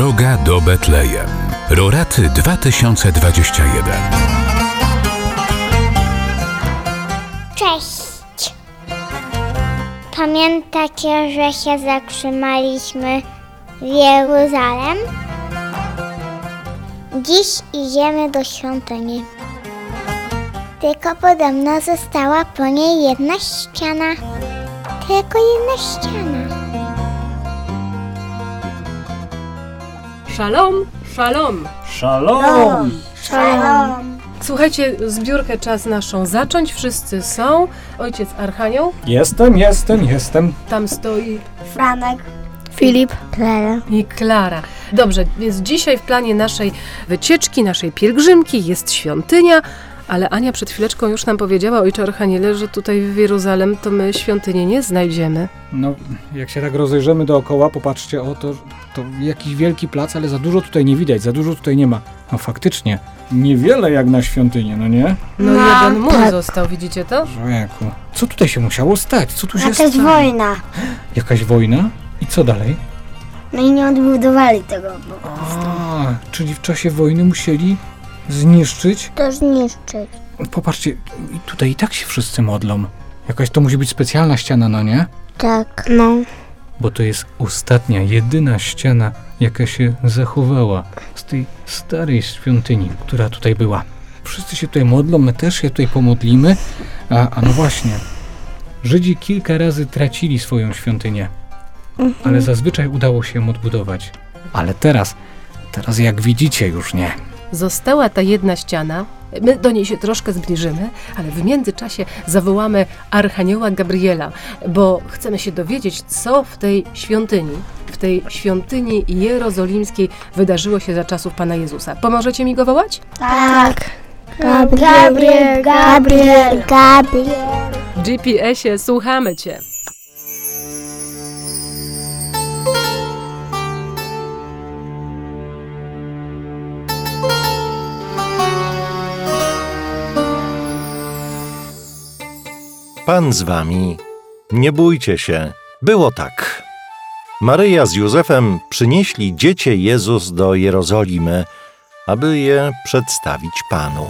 Droga do Betlejem. Roraty 2021. Cześć! Pamiętacie, że się zatrzymaliśmy w Jeruzalem? Dziś idziemy do świątyni. Tylko podobno została po niej jedna ściana. Tylko jedna ściana. Szalom, szalom! Szalom! Szalom! Słuchajcie, zbiórkę czas naszą zacząć. Wszyscy są. Ojciec Archanioł, Jestem. tam stoi Franek, Filip, Klara. i Klara. Dobrze, więc dzisiaj w planie naszej wycieczki, naszej pielgrzymki jest świątynia, ale Ania przed chwileczką już nam powiedziała, ojcze Archaniele, że tutaj w Jeruzalem to my świątynię nie znajdziemy. No, jak się tak rozejrzymy dookoła, popatrzcie, to jakiś wielki plac, ale za dużo tutaj nie widać, za dużo tutaj nie ma. No faktycznie, niewiele jak na świątynię, no nie? No jeden mur został, widzicie to? Człowieku, co tutaj się musiało stać? Co tu się Jakaś stało? wojna. Jakaś wojna? I co dalej? No i nie odbudowali tego. A, czyli w czasie wojny musieli zniszczyć? To zniszczyć. Popatrzcie, tutaj i tak się wszyscy modlą. Jakaś to musi być specjalna ściana, no nie? Tak. No. Bo to jest ostatnia, jedyna ściana, jaka się zachowała z tej starej świątyni, która tutaj była. Wszyscy się tutaj modlą, my też się tutaj pomodlimy. A no właśnie, Żydzi kilka razy tracili swoją świątynię, ale zazwyczaj udało się ją odbudować. Ale teraz jak widzicie, już nie. Została ta jedna ściana, my do niej się troszkę zbliżymy, ale w międzyczasie zawołamy Archanioła Gabriela, bo chcemy się dowiedzieć, co w tej świątyni jerozolimskiej wydarzyło się za czasów Pana Jezusa. Pomożecie mi go wołać? Tak. Gabriel. GPS-ie, słuchamy Cię. Pan z wami. Nie bójcie się. Było tak. Maryja z Józefem przynieśli dziecię Jezus do Jerozolimy, aby je przedstawić Panu.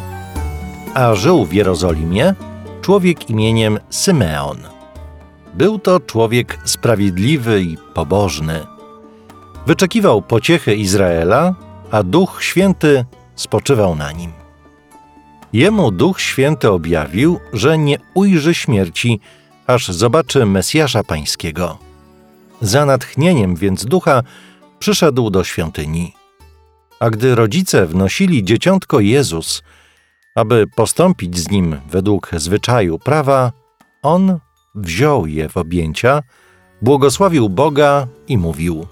A żył w Jerozolimie człowiek imieniem Symeon. Był to człowiek sprawiedliwy i pobożny. Wyczekiwał pociechy Izraela, a Duch Święty spoczywał na nim. Jemu Duch Święty objawił, że nie ujrzy śmierci, aż zobaczy Mesjasza Pańskiego. Za natchnieniem więc Ducha przyszedł do świątyni. A gdy rodzice wnosili dzieciątko Jezus, aby postąpić z nim według zwyczaju prawa, on wziął je w objęcia, błogosławił Boga i mówił: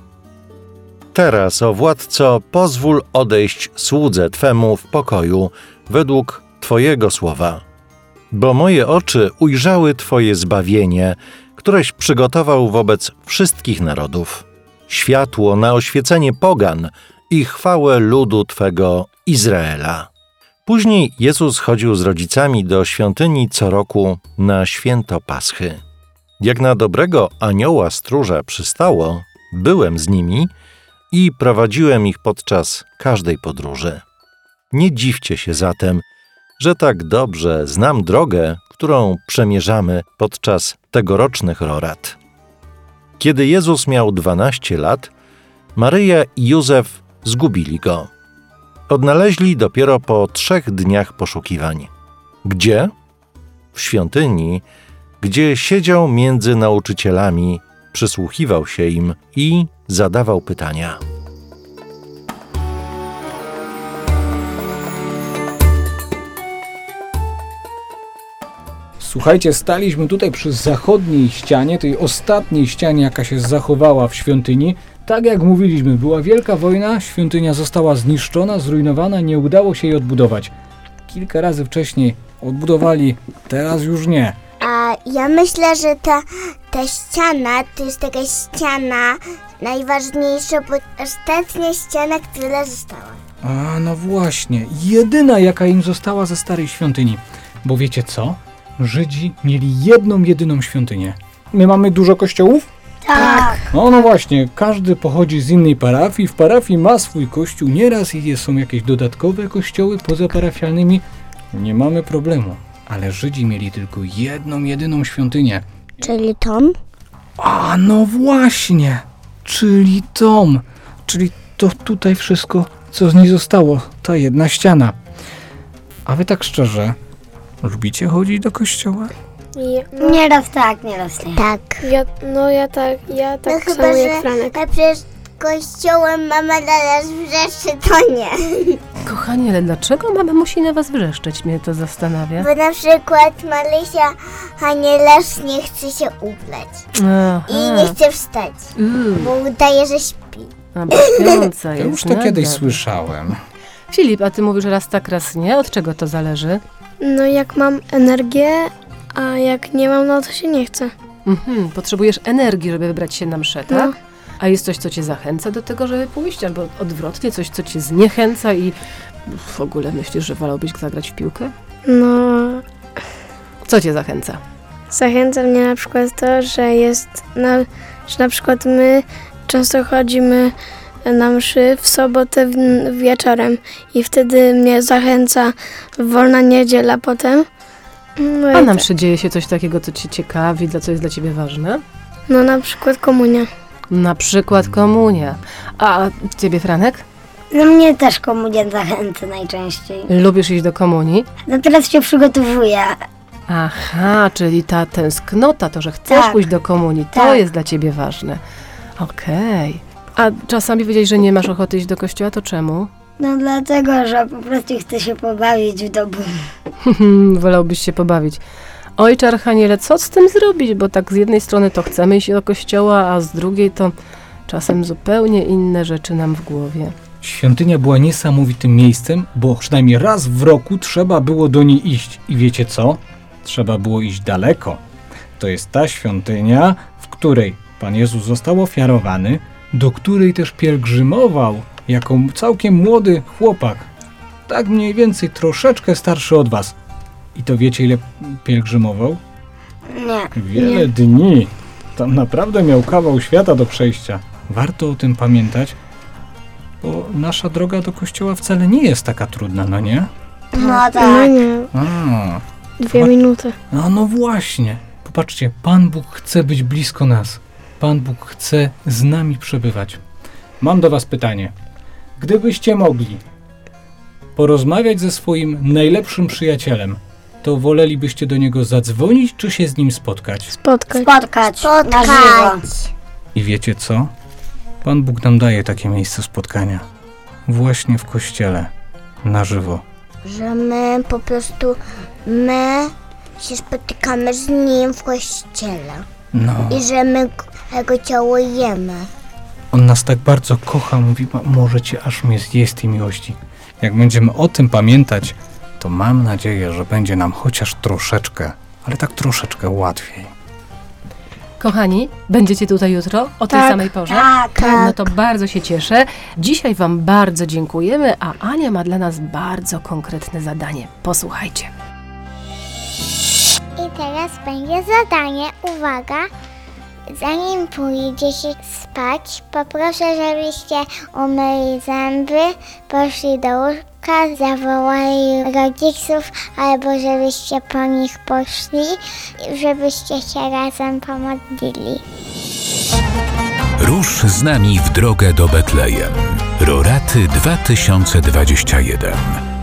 Teraz, o Władco, pozwól odejść słudze Twemu w pokoju według Twojego słowa. Bo moje oczy ujrzały Twoje zbawienie, któreś przygotował wobec wszystkich narodów. Światło na oświecenie pogan i chwałę ludu Twego Izraela. Później Jezus chodził z rodzicami do świątyni co roku na święto Paschy. Jak na dobrego anioła stróża przystało, byłem z nimi i prowadziłem ich podczas każdej podróży. Nie dziwcie się zatem, że tak dobrze znam drogę, którą przemierzamy podczas tegorocznych rorat. Kiedy Jezus miał 12 lat, Maryja i Józef zgubili go. Odnaleźli dopiero po 3 dniach poszukiwań. Gdzie? W świątyni, gdzie siedział między nauczycielami, przysłuchiwał się im i zadawał pytania. Słuchajcie, staliśmy tutaj przy zachodniej ścianie, tej ostatniej ścianie, jaka się zachowała w świątyni. Tak jak mówiliśmy, była wielka wojna, świątynia została zniszczona, zrujnowana, nie udało się jej odbudować. Kilka razy wcześniej odbudowali, teraz już nie. A ja myślę, że ta ściana to jest taka ściana najważniejsza, bo ostatnia ściana, która została. A no właśnie, jedyna jaka im została ze starej świątyni. Bo wiecie co? Żydzi mieli jedną, jedyną świątynię. My mamy dużo kościołów? Tak. No właśnie, każdy pochodzi z innej parafii, w parafii ma swój kościół, nieraz są jakieś dodatkowe kościoły pozaparafialnymi, nie mamy problemu. Ale Żydzi mieli tylko jedną, jedyną świątynię. Czyli Tom? A no właśnie, czyli dom, czyli to tutaj wszystko, co z niej zostało, ta jedna ściana. A wy tak szczerze, lubicie chodzić do kościoła? Nieraz tak, nieraz nie. Tak. Ja tak No samo chyba, jak że Franek. przecież kościołem mama należy wrzeszczy, to nie. Kochani, ale dlaczego mama musi na was wrzeszczeć? Mnie to zastanawia. Bo na przykład Marysia Hanielasz nie chce się ubrać i nie chce wstać, bo udaje, że śpi. A, bo śpiąca Ja jest. już to kiedyś nadal. słyszałem. Filip, a ty mówisz raz tak, raz nie? Od czego to zależy? No jak mam energię, a jak nie mam, no to się nie chce. Potrzebujesz energii, żeby wybrać się na mszę, tak? No. A jest coś, co cię zachęca do tego, żeby pójść? Albo odwrotnie, coś, co cię zniechęca i w ogóle myślisz, że wolałbyś zagrać w piłkę? No, Co cię zachęca? zachęca mnie na przykład to, że że na przykład my często chodzimy na mszy w sobotę wieczorem i wtedy mnie zachęca wolna niedziela potem. No, A i na mszy dzieje się coś takiego, co cię ciekawi, co jest dla ciebie ważne? no na przykład komunia. Na przykład komunia. A ciebie, Franek? No mnie też komunię zachęca najczęściej. Lubisz iść do komunii? No teraz się przygotowuję. Aha, czyli ta tęsknota, to, że chcesz Tak. pójść do komunii, to Tak. jest dla ciebie ważne. Okej. A czasami powiedzieć, że nie masz ochoty iść do kościoła, to czemu? No dlatego, że po prostu chcę się pobawić w domu. Wolałbyś się pobawić. Ojcze Archaniele, co z tym zrobić? Bo tak z jednej strony to chcemy iść do kościoła, a z drugiej to czasem zupełnie inne rzeczy nam w głowie. Świątynia była niesamowitym miejscem, bo przynajmniej raz w roku trzeba było do niej iść. I wiecie co? Trzeba było iść daleko. To jest ta świątynia, w której Pan Jezus został ofiarowany, do której też pielgrzymował jako całkiem młody chłopak. Tak mniej więcej troszeczkę starszy od was. I to wiecie, ile pielgrzymował? Nie. Wiele dni. Tam naprawdę miał kawał świata do przejścia. Warto o tym pamiętać, bo nasza droga do kościoła wcale nie jest taka trudna, no nie? No No tak. nie, A, 2 minuty. no właśnie. Popatrzcie, Pan Bóg chce być blisko nas. Pan Bóg chce z nami przebywać. Mam do was pytanie. Gdybyście mogli porozmawiać ze swoim najlepszym przyjacielem, to wolelibyście do niego zadzwonić, czy się z nim spotkać? Spotkać. Spotkać. Na żywo. Spotkać. I wiecie co? Pan Bóg nam daje takie miejsce spotkania. Właśnie w kościele. Na żywo. Że my po prostu, my się spotykamy z nim w kościele No, i że my jego ciało jemy. On nas tak bardzo kocha, mówi, możecie aż mnie zjeść tej miłości. Jak będziemy o tym pamiętać, to mam nadzieję, że będzie nam chociaż troszeczkę, ale tak troszeczkę łatwiej. Kochani, będziecie tutaj jutro o tej Tak. samej porze? Tak. No to bardzo się cieszę. Dzisiaj wam bardzo dziękujemy, a Ania ma dla nas bardzo konkretne zadanie. Posłuchajcie. I teraz będzie zadanie, uwaga, zanim pójdziecie spać, poproszę, żebyście umyli zęby, poszli do łóżka, zawołali rodziców, albo żebyście po nich poszli, żebyście się razem pomodlili. Rusz z nami w drogę do Betlejem. Roraty 2021.